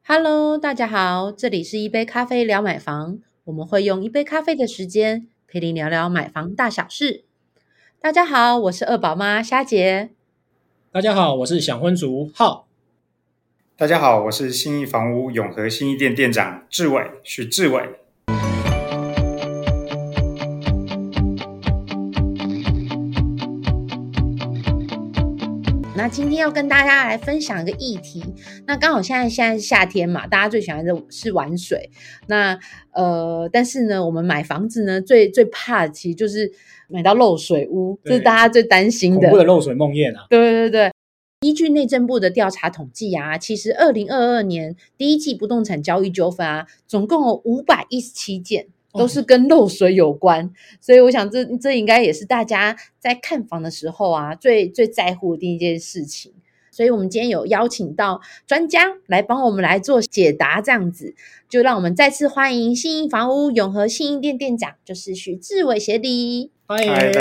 Hello，大家好，这里是一杯咖啡聊买房，我们会用一杯咖啡的时间陪您聊聊买房大小事。大家好，我是二宝妈虾姐。 大家好，我是想婚族浩。 大家好，我是信义房屋永和信义店店长志伟，许志伟。 那今天要跟大家来分享一个议题，那刚好现在是夏天嘛，大家最喜欢的是玩水。那但是呢，我们买房子呢，最怕的其实就是买到漏水屋，这是大家最担心的， 恐怖的漏水梦魇啊！ 对。依据内政部的调查统计啊，其实2022年第一季不动产交易纠纷啊，总共有517件。都是跟漏水有关，所以我想这应该也是大家在看房的时候啊最在乎的第一件事情。所以我们今天有邀请到专家来帮我们来做解答，这样子就让我们再次欢迎信义房屋永和信义店店长，就是许志伟协理。 欢迎， 大家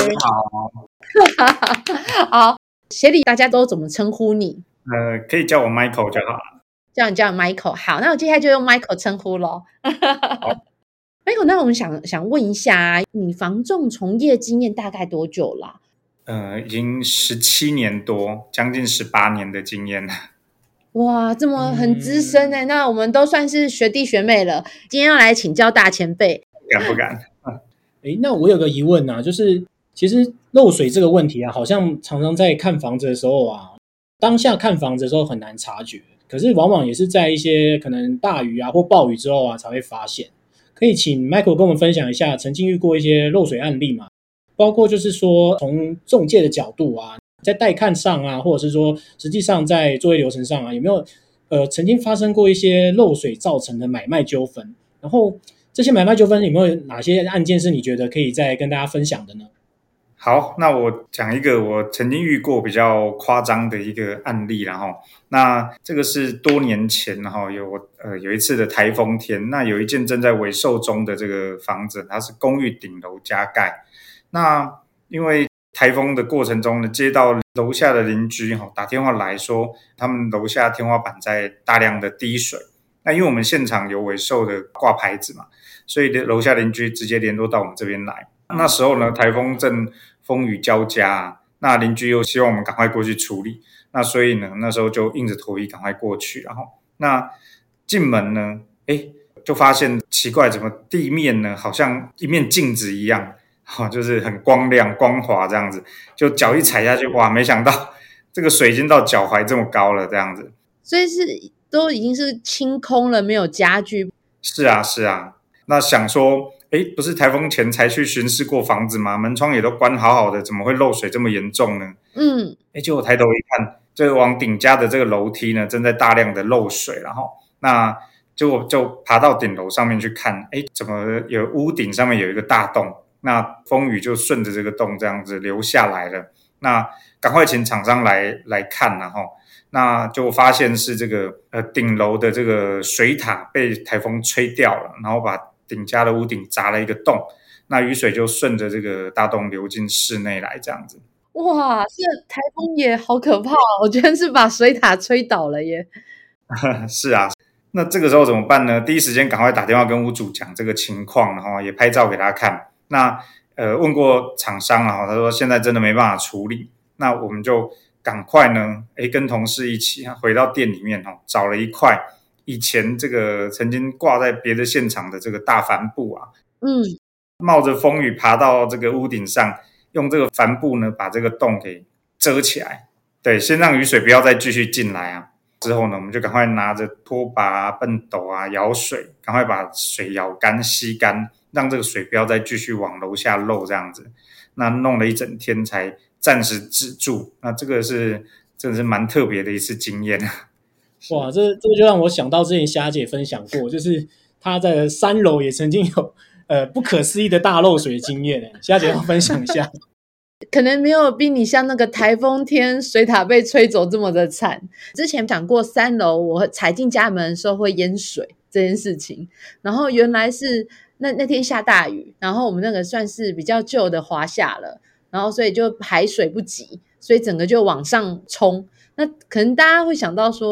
好。好，协理大家都怎么称呼你？ 可以叫我 Michael 就好了。 叫你 Michael。 好，那我接下来就用 Michael 称呼咯。Michael， 那我们想问一下，你房仲从业经验大概多久啦？ 已经17年多，将近18年的经验了。 哇，这么很资深欸。那我们都算是学弟学妹了，今天要来请教大前辈， 敢不敢？ 那我有个疑问啊，就是其实漏水这个问题啊，好像常常在看房子的时候啊，当下看房子的时候很难察觉，可是往往也是在一些可能大雨啊或暴雨之后啊才会发现。可以请 Michael 跟我们分享一下曾经遇过一些漏水案例吗？包括就是说从仲介的角度啊，在带看上啊，或者是说实际上在作业流程上啊，有没有曾经发生过一些漏水造成的买卖纠纷？然后这些买卖纠纷有没有哪些案件是你觉得可以再跟大家分享的呢？ 好，那我讲一个我曾经遇过比较夸张的一个案例，然后那这个是多年前，然后有一次的台风天，那有一间正在维售中的这个房子，它是公寓顶楼加盖。那因为台风的过程中呢，接到楼下的邻居打电话来说，他们楼下天花板在大量的滴水。那因为我们现场有维售的挂牌子嘛，所以楼下邻居直接联络到我们这边来。那时候呢，台风正风雨交加，那邻居又希望我们赶快过去处理，那所以呢，那时候就硬着头皮赶快过去，然后那进门呢，就发现奇怪，怎么地面呢好像一面镜子一样，就是很光亮光滑这样子，就脚一踩下去，哇，没想到这个水已经到脚踝这么高了这样子。 所以是都已经是清空了，没有家具。 是啊，那想说不是台风前才去巡视过房子吗？门窗也都关好好的，怎么会漏水这么严重呢？结果抬头一看，这个往顶家的这个楼梯呢，正在大量的漏水，然后那结果就爬到顶楼上面去看，怎么有屋顶上面有一个大洞，那风雨就顺着这个洞这样子流下来了。那赶快请厂商来看，然后那就发现是这个顶楼的这个水塔被台风吹掉了，然后把顶家的屋顶砸了一个洞，那雨水就顺着这个大洞流进室内来这样子。 哇，这台风也好可怕，我觉得是把水塔吹倒了耶。 是啊，那这个时候怎么办呢？第一时间赶快打电话跟屋主讲这个情况，然后也拍照给他看。那问过厂商，然后他说现在真的没办法处理，那我们就赶快呢跟同事一起回到店里面找了一块以前这个曾经挂在别的现场的这个大帆布啊，冒着风雨爬到这个屋顶上，用这个帆布呢把这个洞给遮起来，对，先让雨水不要再继续进来啊。之后呢，我们就赶快拿着拖把啊、畚斗啊舀水，赶快把水舀干、吸干，让这个水不要再继续往楼下漏这样子。那弄了一整天才暂时止住，那这个真的是蛮特别的一次经验。 哇，这就让我想到之前虾姐分享过，就是她在3楼也曾经有不可思议的大漏水经验，虾姐要分享一下。 可能没有比你像那个台风天水塔被吹走这么的惨。之前讲过3楼我踩进家门的时候会淹水这件事情，然后原来是那天下大雨，然后我们那个算是比较旧的华夏了，然后所以就排水不及，所以整个就往上冲。那可能大家会想到说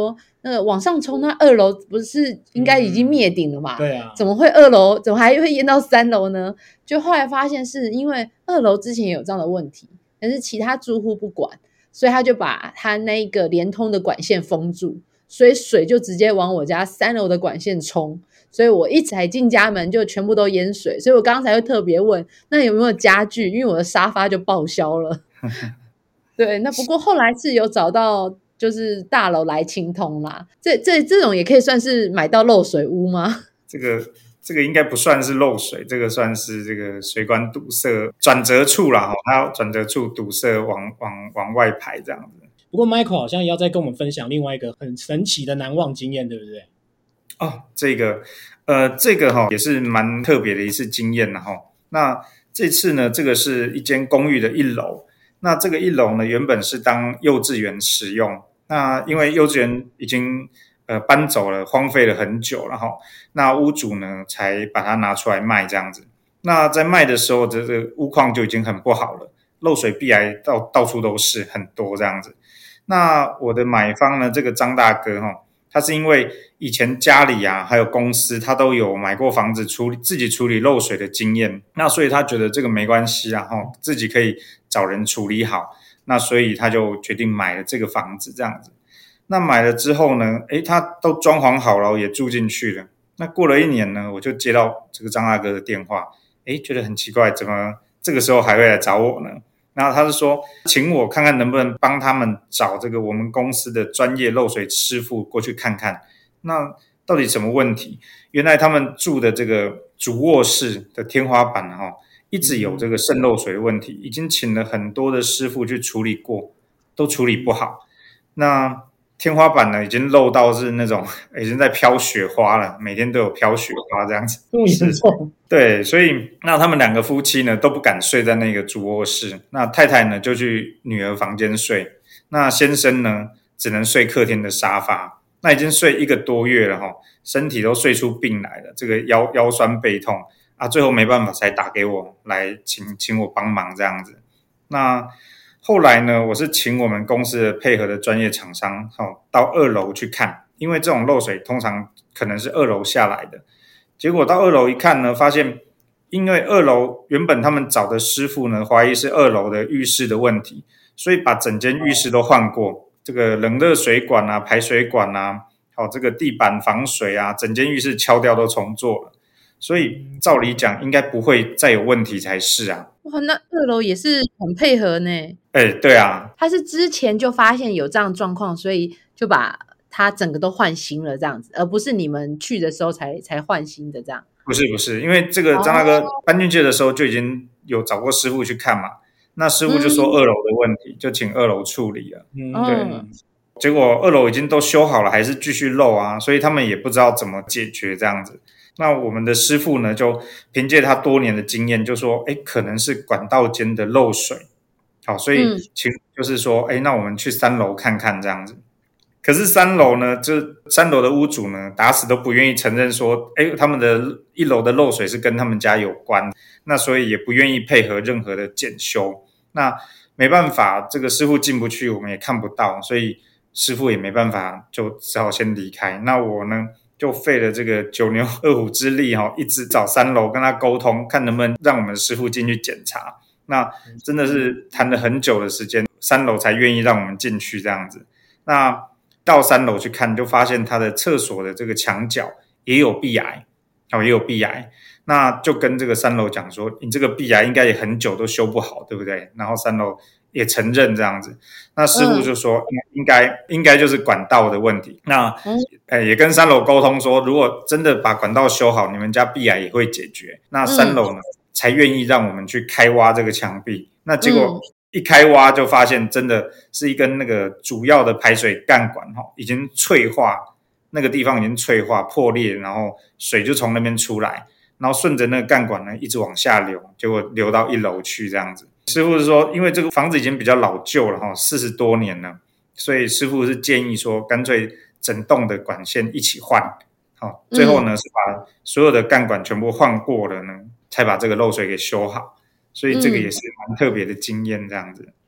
那个往上冲，那2楼不是应该已经灭顶了嘛？ 对啊， 怎么会2楼怎么还会淹到3楼呢？就后来发现是因为2楼之前有这样的问题，但是其他住户不管，所以他就把他那个连通的管线封住，所以水就直接往我家3楼的管线冲，所以我一踩进家门就全部都淹水，所以我刚才会特别问那有没有家具，因为我的沙发就报销了。对，那不过后来是有找到就是大楼来清通啦，这种也可以算是买到漏水屋吗？ 这个应该不算是漏水，这个算是这个水管堵塞转折处啦，它要转折处堵塞往外排这样子。 不过 Michael 好像要再跟我们分享另外一个很神奇的难忘经验，对不对？ 哦，这个也是蛮特别的一次经验哈。那这次呢，这个是一间公寓的1楼，那这个1楼呢原本是当幼稚园使用，那因为幼稚园已经搬走了，荒废了很久了哈，那屋主呢才把它拿出来卖这样子。那在卖的时候，这个屋况就已经很不好了，漏水壁癌到处都是，很多这样子。那我的买方呢，这个张大哥他是因为以前家里啊还有公司他都有买过房子自己处理漏水的经验，那所以他觉得这个没关系啊，自己可以找人处理好，那所以他就决定买了这个房子这样子。那买了之后呢，他都装潢好了，也住进去了。那过了1年呢，我就接到这个张大哥的电话，觉得很奇怪，怎么这个时候还会来找我呢？然后他是说请我看看能不能帮他们找这个我们公司的专业漏水师傅过去看看，那到底什么问题？原来他们住的这个主卧室的天花板一直有这个渗漏水的问题，已经请了很多的师傅去处理过，都处理不好。那天花板呢已经漏到是那种已经在飘雪花了，每天都有飘雪花这样子， 这么严重？ 对，所以那他们2个夫妻呢都不敢睡在那个主卧室，那太太呢就去女儿房间睡，那先生呢只能睡客厅的沙发。那已经睡1个多月了身体都睡出病来了，这个腰酸背痛啊，最后没办法才打给我来请我帮忙这样子。那后来呢，我是请我们公司的配合的专业厂商到2楼去看，因为这种漏水通常可能是2楼下来的。结果到2楼一看呢，发现因为2楼原本他们找的师傅呢，怀疑是2楼的浴室的问题，所以把整间浴室都换过，这个冷热水管啊、排水管啊，这个地板防水啊，整间浴室敲掉都重做了。所以照理讲应该不会再有问题才是啊。 哇，那2楼也是很配合呢。 对啊， 他是之前就发现有这样的状况，所以就把它整个都换新了这样子，而不是你们去的时候才换新的这样。 不是，因为这个张大哥搬进去的时候就已经有找过师傅去看嘛，那师傅就说2楼的问题，就请2楼处理了。对，结果2楼已经都修好了，还是继续漏啊，所以他们也不知道怎么解决这样子。那我们的师傅呢，就凭借他多年的经验，就说可能是管道间的漏水，所以就是说那我们去3楼看看这样子。可是3楼呢，这3楼的屋主呢，打死都不愿意承认说他们的1楼的漏水是跟他们家有关，那所以也不愿意配合任何的检修。那没办法，这个师傅进不去，我们也看不到，所以师傅也没办法，就只好先离开。那我呢就费了这个9牛2虎之力一直找3楼跟他沟通，看能不能让我们的师傅进去检查。那真的是谈了很久的时间，3楼才愿意让我们进去这样子。那到3楼去看，就发现他的厕所的这个墙角也有壁癌，那就跟这个3楼讲说，你这个壁癌应该也很久都修不好，对不对？然后3楼也承认这样子，那师傅就说应该就是管道的问题。那也跟3楼沟通说，如果真的把管道修好，你们家壁癌也会解决。那3楼呢才愿意让我们去开挖这个墙壁。那结果一开挖就发现真的是一根那个主要的排水干管已经脆化，那个地方已经脆化破裂，然后水就从那边出来，然后顺着那个干管呢一直往下流，结果流到1楼去这样子。师傅是说因为这个房子已经比较老旧了40多年了，所以师傅是建议说干脆整栋的管线一起换，最后呢是把所有的干管全部换过了呢，才把这个漏水给修好。所以这个也是蛮特别的经验这样子。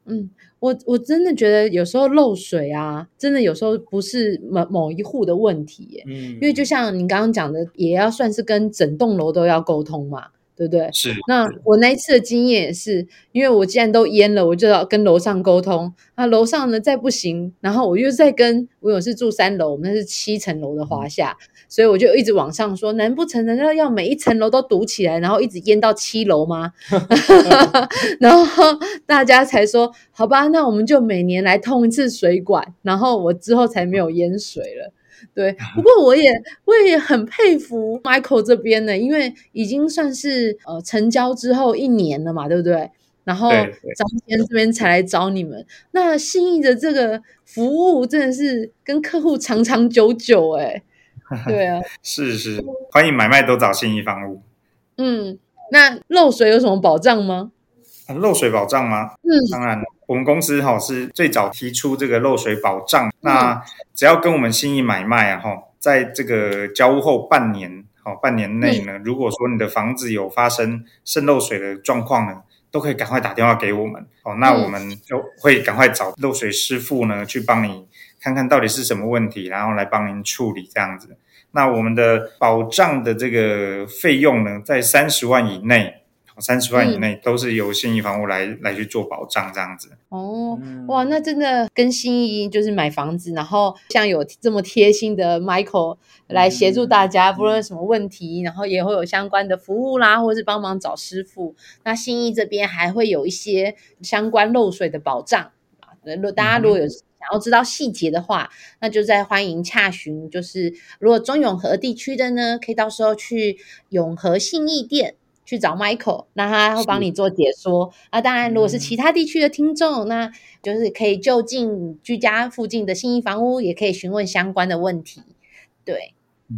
我真的觉得有时候漏水啊，真的有时候不是某一户的问题耶，因为就像你刚刚讲的，也要算是跟整栋楼都要沟通嘛，对不对？ 是。 那我那一次的经验也是，因为我既然都淹了，我就要跟楼上沟通。那楼上呢再不行，然后我又在跟我是住3楼，我们那是7层楼的华夏，所以我就一直往上说，难不成要每一层楼都堵起来，然后一直淹到7楼吗？然后大家才说好吧，那我们就每年来通一次水管，然后我之后才没有淹水了。对，不过我也很佩服 Michael 这边呢，因为已经算是成交之后1年了嘛，对不对？然后张先这边才来找你们，那信义的这个服务真的是跟客户长长久久欸。对啊， 是，欢迎买卖都找信义房屋。 那漏水有什么保障吗？ 漏水保障吗？当然，我们公司是最早提出这个漏水保障。那只要跟我们信义买卖啊，在这个交屋后半年内呢，如果说你的房子有发生渗漏水的状况呢，都可以赶快打电话给我们。那我们就会赶快找漏水师傅呢，去帮你看看到底是什么问题，然后来帮您处理这样子。那我们的保障的这个费用呢，在30万以内。30万以内都是由信义房屋来去做保障这样子。 哇，那真的跟信义就是买房子，然后像有这么贴心的 Michael 来协助大家，不论有什么问题，然后也会有相关的服务啦，或是帮忙找师傅。那信义这边还会有一些相关漏水的保障。大家如果有想要知道细节的话，那就再欢迎洽询。就是如果中永和地区的呢，可以到时候去永和信义店去找 Michael， 那他会帮你做解说。当然如果是其他地区的听众，那就是可以就近居家附近的信义房屋，也可以询问相关的问题。对，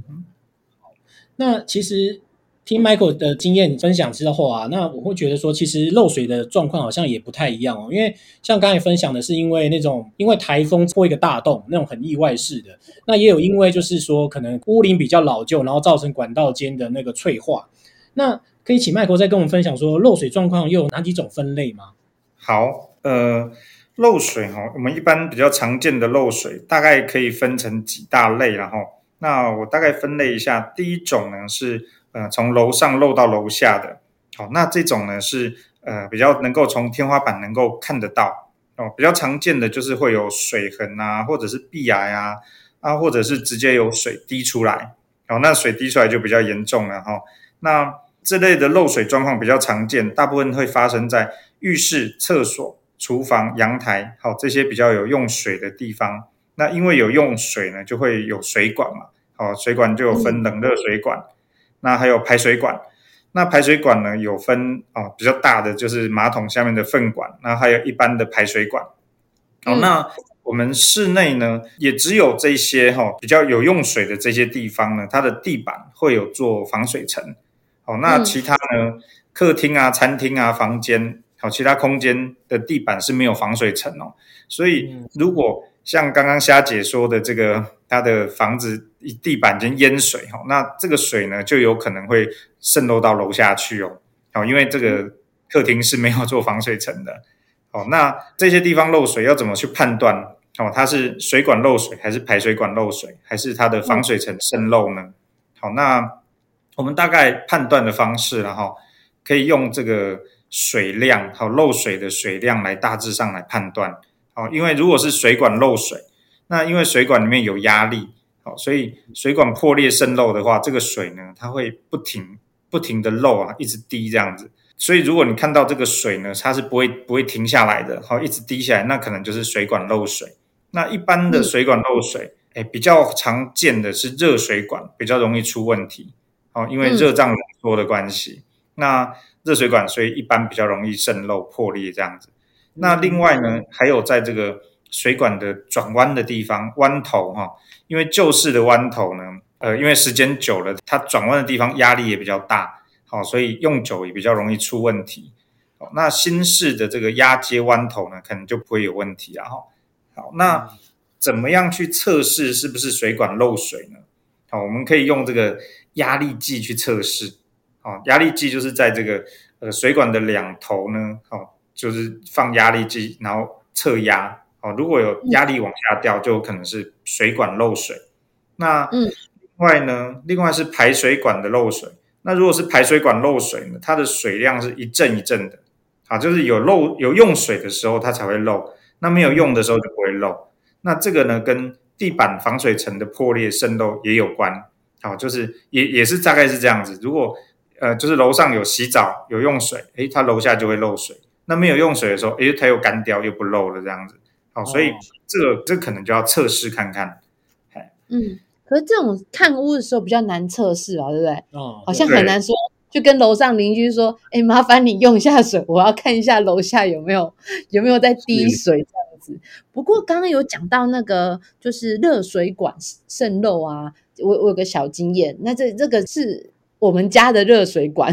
那其实听 Michael 的经验分享之后啊，那我会觉得说，其实漏水的状况好像也不太一样哦。因为像刚才分享的是因为台风破一个大洞那种很意外式的，那也有因为就是说可能屋龄比较老旧，然后造成管道间的那个脆化。那可以请 Michael 再跟我们分享说漏水状况又有哪几种分类吗？ 好，漏水我们一般比较常见的漏水大概可以分成几大类啦。那我大概分类一下，第一种呢是从楼上漏到楼下的。那这种呢是比较能够从天花板能够看得到。比较常见的就是会有水痕啊，或者是壁癌啊，或者是直接有水滴出来。那水滴出来就比较严重了。那这类的漏水状况比较常见，大部分会发生在浴室、厕所、厨房、阳台，这些比较有用水的地方。那因为有用水呢，就会有水管嘛，水管就有分冷热水管，那还有排水管。那排水管呢有分比较大的就是马桶下面的粪管，那还有一般的排水管。那我们室内呢也只有这些比较有用水的这些地方呢，它的地板会有做防水层。那其他呢，客厅啊、餐厅啊、房间其他空间的地板是没有防水层所以如果像刚刚虾姐说的这个他的房子地板已经淹水那这个水呢就有可能会渗漏到楼下去因为这个客厅是没有做防水层的那这些地方漏水要怎么去判断它是水管漏水还是排水管漏水还是它的防水层渗漏呢？那我们大概判断的方式可以用这个水量漏水的水量来大致上来判断。因为如果是水管漏水，那因为水管里面有压力，所以水管破裂渗漏的话，这个水呢它会不停的漏一直滴这样子。所以如果你看到这个水呢它是不会停下来的，一直滴下来，那可能就是水管漏水。那一般的水管漏水比较常见的是热水管比较容易出问题，因为热胀冷缩的关系，那热水管所以一般比较容易渗漏破裂这样子。那另外呢还有在这个水管的转弯的地方，弯头因为旧式的弯头呢因为时间久了它转弯的地方压力也比较大，所以用久也比较容易出问题。那新式的这个压接弯头呢可能就不会有问题了。好，那怎么样去测试是不是水管漏水呢？我们可以用这个压力计去测试。压力计就是在这个水管的两头呢就是放压力计，然后测压。如果有压力往下掉，就有可能是水管漏水。那另外是排水管的漏水。那如果是排水管漏水呢，它的水量是一阵一阵的，就是有用水的时候它才会漏，那没有用的时候就不会漏。那这个呢，跟地板防水层的破裂渗漏也有关。就是也是大概是这样子。如果就是楼上有洗澡有用水，它楼下就会漏水。那没有用水的时候，它又干掉又不漏了这样子。所以这可能就要测试看看。 可是这种看屋的时候比较难测试啊，对不对？好像对很难说，就跟楼上邻居说，麻烦你用一下水，我要看一下楼下有没有在滴水这样子。不过刚刚有讲到那个就是热水管渗漏啊，我有个小经验，那这个是我们家的热水管，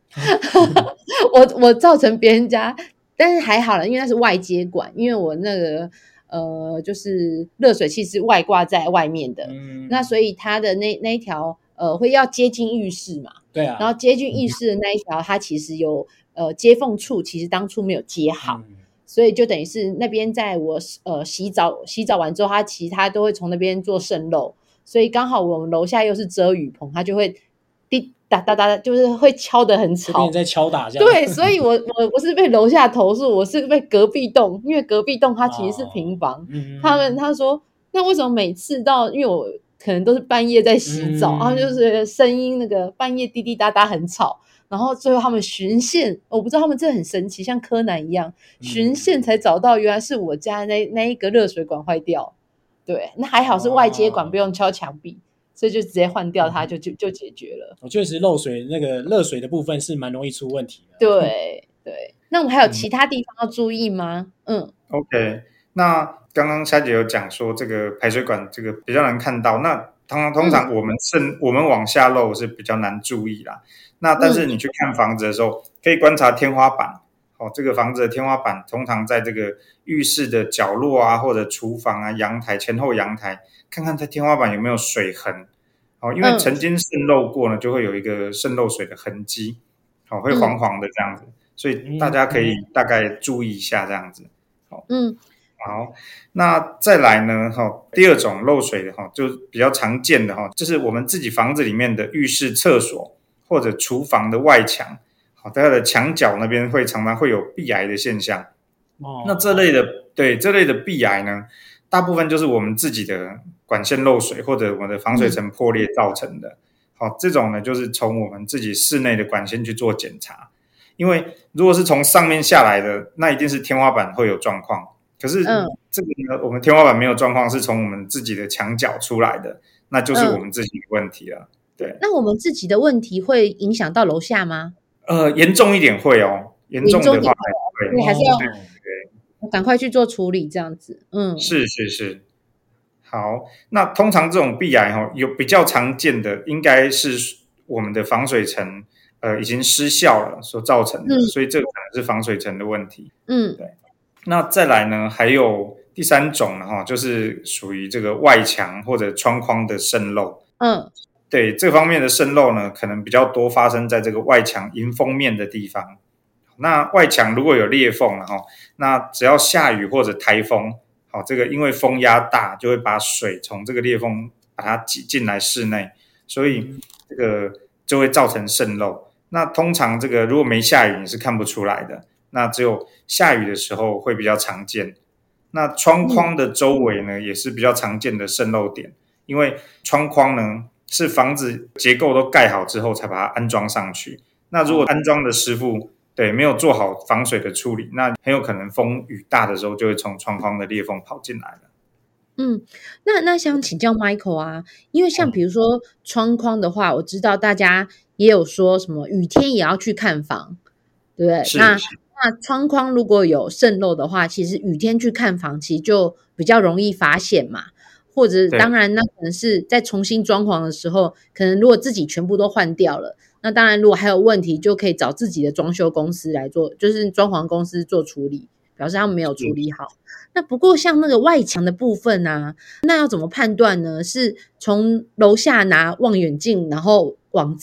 我造成别人家，但是还好了，因为那是外接管，因为我那个就是热水器是外挂在外面的，那所以它的那一条会要接近浴室嘛， 对啊， 然后接近浴室的那一条，它其实有接缝处，其实当初没有接好，所以就等于是那边在我洗澡完之后，它都会从那边做渗漏，所以刚好我们楼下又是遮雨棚，它就会滴哒哒哒，就是会敲得很吵， 有点在敲打这样。 对，所以我不是被楼下投诉，我是被隔壁栋，因为隔壁栋它其实是平房，他说那为什么每次到，因为我可能都是半夜在洗澡，然后就是声音那个半夜滴滴答答很吵，然后最后他们循线，我不知道他们这很神奇，像柯南一样循线才找到原来是我家那一个热水管坏掉，对，那还好是外接管，不用敲墙壁。所以就直接换掉它就解决了。 确实漏水那个热水的部分是蛮容易出问题的。 对，那我们还有其他地方要注意吗 ？OK， 那刚刚夏姐有讲说这个排水管这个比较难看到，那通常我们往下漏是比较难注意啦。那但是你去看房子的时候，可以观察天花板。这个房子的天花板通常在这个浴室的角落啊，或者厨房啊、阳台前后阳台，看看它天花板有没有水痕。因为曾经渗漏过呢，就会有一个渗漏水的痕迹，会黄黄的这样子，所以大家可以大概注意一下这样子。好，那再来呢，第二种漏水的就比较常见的就是我们自己房子里面的浴室、厕所或者厨房的外墙，它的墙角那边常常会有壁癌的现象。那这类的壁癌呢，大部分就是我们自己的管线漏水或者我们的防水层破裂造成的。这种呢就是从我们自己室内的管线去做检查，因为如果是从上面下来的，那一定是天花板会有状况。可是这个呢，我们天花板没有状况，是从我们自己的墙角出来的，那就是我们自己的问题了。对， 那我们自己的问题会影响到楼下吗？ 严重一点会严重的话对，还是要赶快去做处理这样子。 是。好，那通常这种壁癌有比较常见的，应该是我们的防水层已经失效了所造成的，所以这个可能是防水层的问题。对。那再来呢，还有第三种呢，就是属于这个外墙或者窗框的渗漏。对，这方面的渗漏呢，可能比较多发生在这个外墙迎风面的地方。那外墙如果有裂缝，那只要下雨或者台风，这个因为风压大，就会把水从这个裂缝把它挤进来室内，所以这个就会造成渗漏。那通常这个如果没下雨你是看不出来的，那只有下雨的时候会比较常见。那窗框的周围呢，也是比较常见的渗漏点，因为窗框呢是房子结构都盖好之后才把它安装上去。那如果安装的师傅没有做好防水的处理，那很有可能风雨大的时候就会从窗框的裂缝跑进来了。 那想请教 Michael 啊，因为像比如说窗框的话，我知道大家也有说什么雨天也要去看房，对不对？那窗框如果有渗漏的话，其实雨天去看房其实就比较容易发现嘛。或者当然那可能是在重新装潢的时候，可能如果自己全部都换掉了，那当然如果还有问题就可以找自己的装修公司来做，就是装潢公司做处理，表示他们没有处理好。那不过像那个外墙的部分啊，那要怎么判断呢？是从楼下拿望远镜然后往自己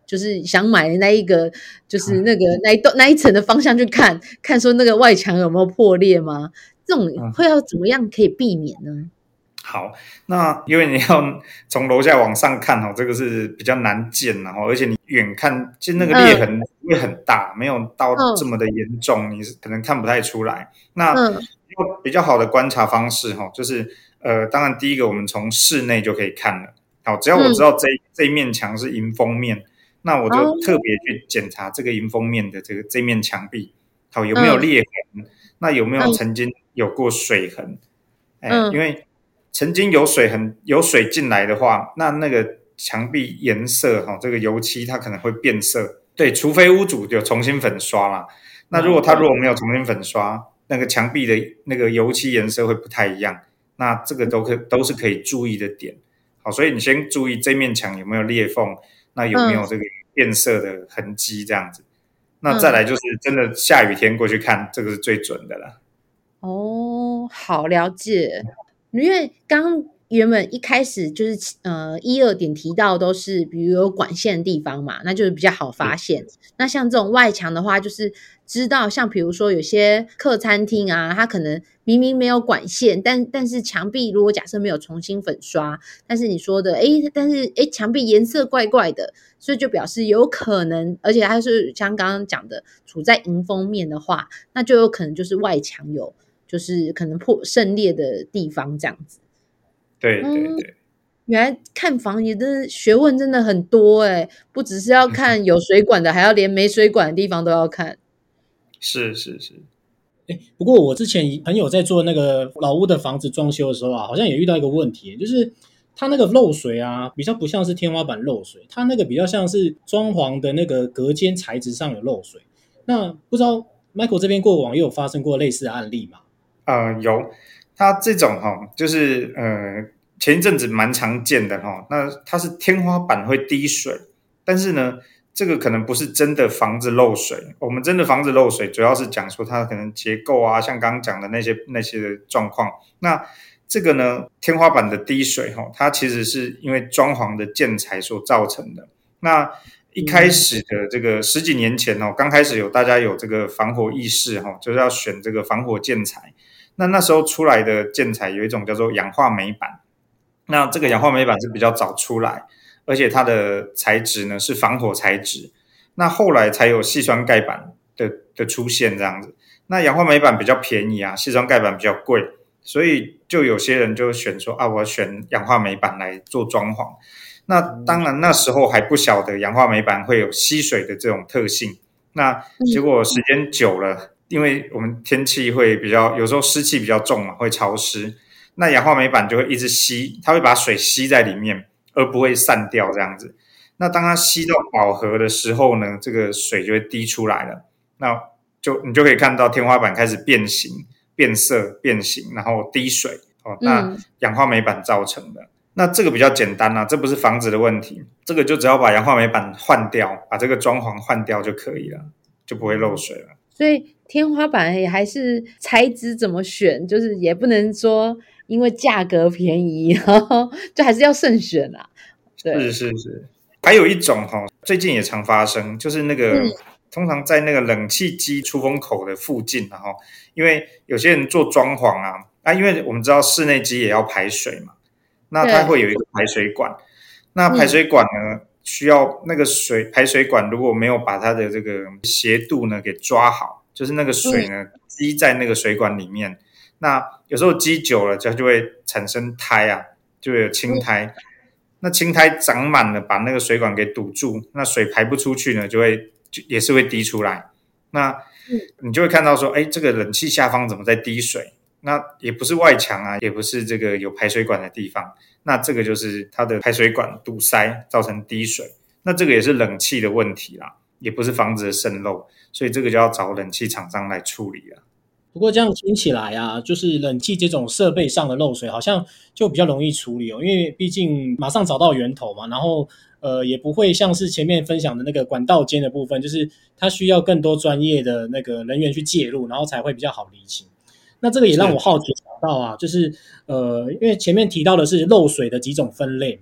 就是想买的那一个，就是那一层的方向去看看说那个外墙有没有破裂吗？这种会要怎么样可以避免呢？ 好，那因为你要从楼下往上看这个是比较难见，然后而且你远看，其实那个裂痕会很大，没有到这么的严重，你是可能看不太出来。那比较好的观察方式就是当然第一个我们从室内就可以看了。好，只要我知道这一面墙是迎风面，那我就特别去检查这个迎风面的这面墙壁，好有没有裂痕，那有没有曾经有过水痕？因为曾经有水进来的话，那个墙壁颜色这个油漆它可能会变色，对，除非屋主有重新粉刷啦。那如果没有重新粉刷，那个墙壁的那个油漆颜色会不太一样，那这个都是可以注意的点。好，所以你先注意这面墙有没有裂缝，那有没有这个变色的痕迹这样子。那再来就是真的下雨天过去看，这个是最准的了。 哦，好，了解。因为刚原本一开始就是1、2点提到都是比如有管线的地方嘛，那就是比较好发现。那像这种外墙的话，就是知道像比如说有些客餐厅啊，它可能明明没有管线，但是墙壁如果假设没有重新粉刷，但是你说的但是墙壁颜色怪怪的，所以就表示有可能，而且它是像刚刚讲的处在迎风面的话，那就有可能就是外墙有就是可能渗裂的地方这样子。 对对对， 原来看房也的学问真的很多不只是要看有水管的，还要连没水管的地方都要看。 是。 不过我之前朋友在做那个老屋的房子装修的时候好像也遇到一个问题，就是它那个漏水比较不像是天花板漏水，它那个比较像是装潢的那个隔间材质上有漏水。那不知道 Michael 这边过往也有发生过类似的案例吗？ 有，它这种就是前一阵子蛮常见的那它是天花板会滴水，但是呢这个可能不是真的房子漏水。我们真的房子漏水主要是讲说它可能结构啊，像刚刚讲的那些的状况。那这个呢天花板的滴水它其实是因为装潢的建材所造成的。那一开始的这个10几年前刚开始大家有这个防火意识就是要选这个防火建材。那时候出来的建材有一种叫做氧化镁板，那这个氧化镁板是比较早出来，而且它的材质呢是防火材质。那后来才有硒酸钙板的出现这样子。那氧化镁板比较便宜硒酸钙板比较贵，所以就有些人就选说我选氧化镁板来做装潢。那当然那时候还不晓得氧化镁板会有吸水的这种特性。那结果时间久了，因为我们天气会有时候湿气比较重嘛，会潮湿，那氧化镁板就会一直吸，它会把水吸在里面，而不会散掉这样子。那当它吸到饱和的时候呢，这个水就会滴出来了。那你就可以看到天花板开始变形、变色、变形，然后滴水那氧化镁板造成的。那这个比较简单这不是房子的问题，这个就只要把氧化镁板换掉，把这个装潢换掉就可以了，就不会漏水了。 所以天花板也还是材质怎么选，就是也不能说因为价格便宜，然后就还是要慎选啦。对， 是。还有一种最近也常发生，就是那个通常在那个冷气机出风口的附近，然后因为有些人做装潢因为我们知道室内机也要排水嘛，那它会有一个排水管。那排水管呢需要那个排水管如果没有把它的这个斜度呢给抓好，就是那个水呢积在那个水管里面，那有时候积久了它就会产生胎就会有青苔。那青苔长满了，把那个水管给堵住，那水排不出去呢，也是会滴出来。那你就会看到说，这个冷气下方怎么在滴水？那也不是外墙也不是这个有排水管的地方，那这个就是它的排水管堵塞造成滴水。那这个也是冷气的问题啦，也不是房子的渗漏，所以这个就要找冷气厂商来处理了。 不过这样听起来就是冷气这种设备上的漏水好像就比较容易处理因为毕竟马上找到源头嘛，然后也不会像是前面分享的那个管道间的部分，就是它需要更多专业的那个人员去介入，然后才会比较好厘清。那这个也让我好奇想到就是因为前面提到的是漏水的几种分类嘛，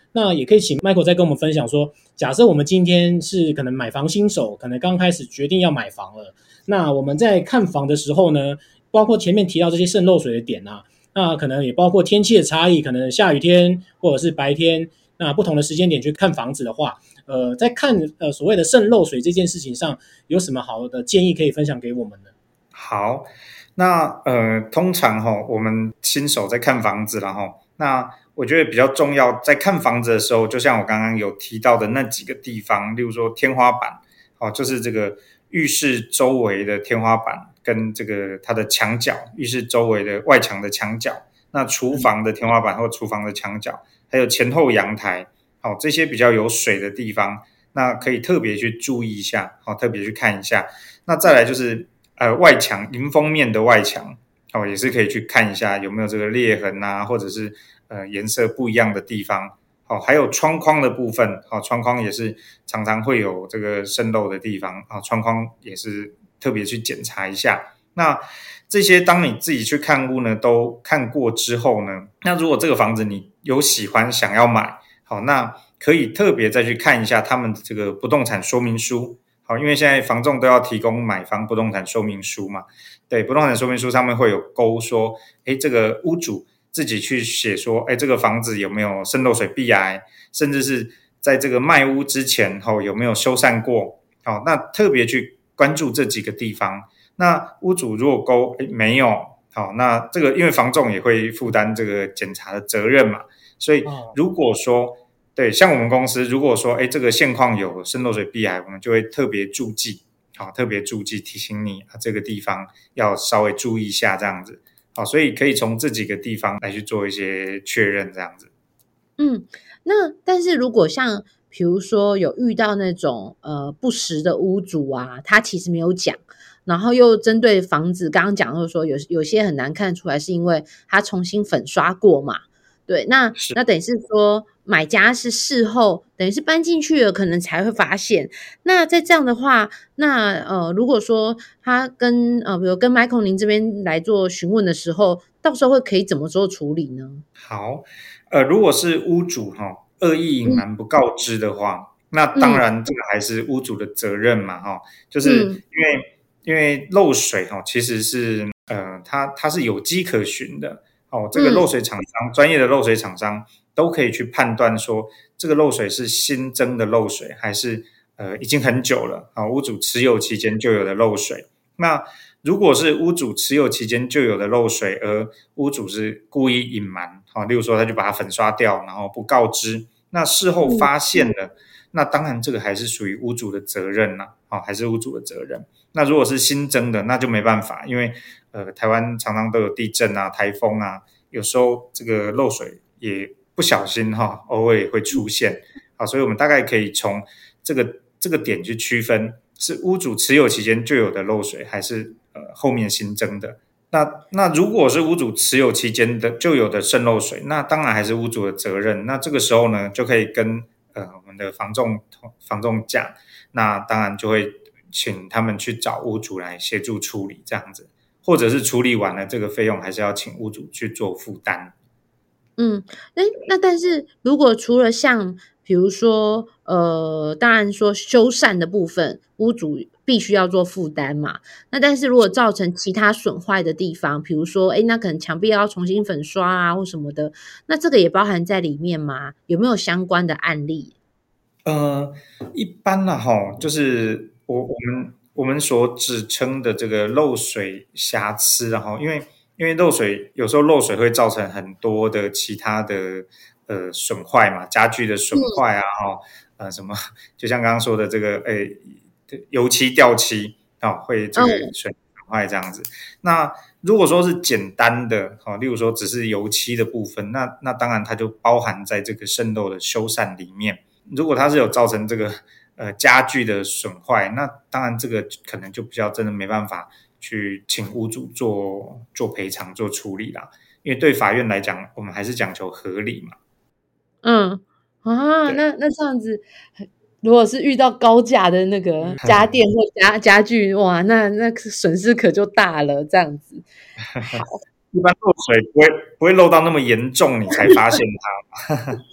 那也可以请 Michael 再跟我们分享说，假设我们今天是可能买房新手，可能刚开始决定要买房了，那我们在看房的时候呢，包括前面提到这些渗漏水的点啊，那可能也包括天气的差异，可能下雨天或者是白天，那不同的时间点去看房子的话，在看所谓的渗漏水这件事情上，有什么好的建议可以分享给我们呢？ 好，那通常我们新手在看房子了那我觉得比较重要，在看房子的时候，就像我刚刚有提到的那几个地方，例如说天花板，就是这个浴室周围的天花板跟这个它的墙角，浴室周围的外墙的墙角，那厨房的天花板或厨房的墙角，还有前后阳台，这些比较有水的地方，那可以特别去注意一下，特别去看一下。那再来就是外墙迎风面的外墙，也是可以去看一下有没有这个裂痕啊，或者是颜色不一样的地方。还有窗框的部分，窗框也是常常会有这个渗漏的地方，窗框也是特别去检查一下。那这些当你自己去看屋呢，都看过之后呢，那如果这个房子你有喜欢想要买，那可以特别再去看一下他们的这个不动产说明书。因为现在房仲都要提供买方不动产说明书嘛，对，不动产说明书上面会有勾说，这个屋主自己去写说，这个房子有没有渗漏水壁癌，甚至是在这个卖屋之前有没有修缮过，那特别去关注这几个地方。那屋主如果勾没有，那这个因为房仲也会负担这个检查的责任嘛，所以如果说对，像我们公司如果说这个现况有渗漏水壁癌，我们就会特别注记，特别注记提醒你这个地方要稍微注意一下这样子。所以可以从这几个地方来去做一些确认这样子。 那但是如果像比如说有遇到那种不实的屋主啊，他其实没有讲，然后又针对房子刚刚讲就是说有些很难看出来是因为他重新粉刷过嘛，对，那等于是说买家是事后等于是搬进去了可能才会发现。那在这样的话，那如果说他跟比如跟 Michael 您这边来做询问的时候，到时候可以怎么做处理呢？ 好，如果是屋主恶意隐瞒不告知的话，那当然这个还是屋主的责任嘛就是因为漏水其实是它是有迹可循的这个漏水厂商专业的漏水厂商都可以去判断说这个漏水是新增的漏水还是已经很久了屋主持有期间就有的漏水。那如果是屋主持有期间就有的漏水，而屋主是故意隐瞒例如说他就把它粉刷掉，然后不告知，那事后发现了那当然这个还是属于屋主的责任还是屋主的责任。那如果是新增的那就没办法，因为台湾常常都有地震啊台风啊，有时候这个漏水也不小心偶尔也会出现所以我们大概可以从这个点去区分是屋主持有期间就有的漏水还是后面新增的。那如果是屋主持有期间的就有的渗漏水，那当然还是屋主的责任。那这个时候呢就可以跟我们的房仲讲，那当然就会请他们去找屋主来协助处理这样子，或者是处理完了这个费用还是要请屋主去做负担。 那但是如果除了像比如说当然说修缮的部分屋主必须要做负担嘛，那但是如果造成其他损坏的地方，比如说那可能墙壁要重新粉刷啊或什么的，那这个也包含在里面吗？有没有相关的案例？ 一般就是我们所指称的这个漏水瑕疵因为漏水有时候漏水会造成很多的其他的损坏嘛，家具的损坏啊什么就像刚刚说的这个油漆掉漆会这个损坏这样子。那如果说是简单的例如说只是油漆的部分，那当然它就包含在这个渗漏的修缮里面。如果它是有造成这个家具的损坏，那当然这个可能就比较真的没办法去请屋主做赔偿做处理啦，因为对法院来讲我们还是讲求合理嘛。 那这样子如果是遇到高价的那个家电或家具，哇，那损失可就大了这样子。好， 一般漏水不会漏到那么严重你才发现它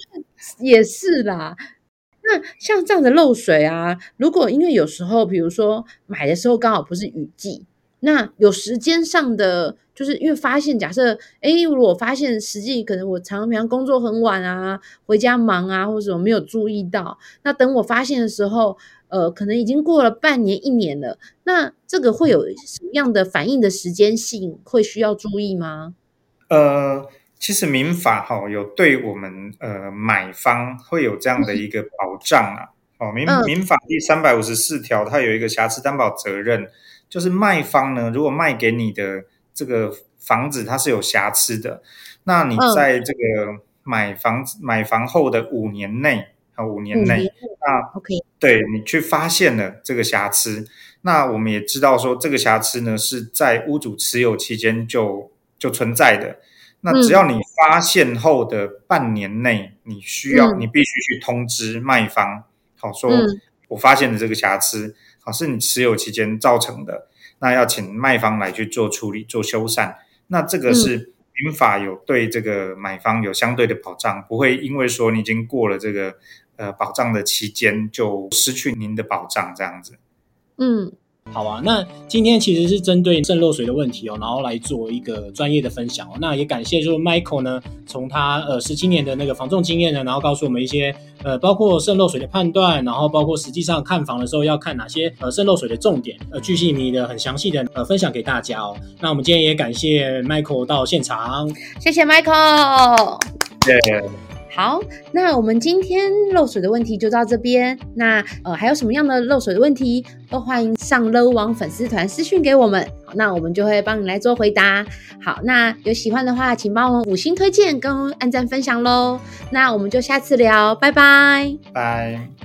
也是啦。那像这样的漏水啊，如果因为有时候比如说买的时候刚好不是雨季，那有时间上的，就是因为发现假设如果发现实际可能我常常工作很晚啊，回家忙啊或者什么没有注意到，那等我发现的时候可能已经过了半年1年了，那这个会有什么样的反应的时间性会需要注意吗？ 其实民法有对我们买方会有这样的一个保障啊。民法第354条它有一个瑕疵担保责任，就是卖方呢，如果卖给你的这个房子它是有瑕疵的，那你在这个买房后的5年内，5年内，那 OK， 对你去发现了这个瑕疵，那我们也知道说这个瑕疵呢是在屋主持有期间就存在的。那只要你发现后的半年内，你必须去通知卖方，说我发现的这个瑕疵，是你持有期间造成的，那要请卖方来去做处理、做修缮。那这个是民法有对这个买方有相对的保障，不会因为说你已经过了这个保障的期间就失去您的保障这样子。 好啊，那今天其实是针对渗漏水的问题然后来做一个专业的分享那也感谢就是 Michael 呢，从他17年的那个房仲经验呢，然后告诉我们一些包括渗漏水的判断，然后包括实际上看房的时候要看哪些渗漏水的重点，巨细靡的很详细的分享给大家那我们今天也感谢 Michael 到现场， 谢谢 Michael。 Yeah. 好，那我们今天漏水的问题就到这边。那还有什么样的漏水的问题，都欢迎上漏网粉丝团私讯给我们，那我们就会帮你来做回答。好，那有喜欢的话，请帮我们5星推荐跟按赞分享咯。那我们就下次聊，拜拜。 拜。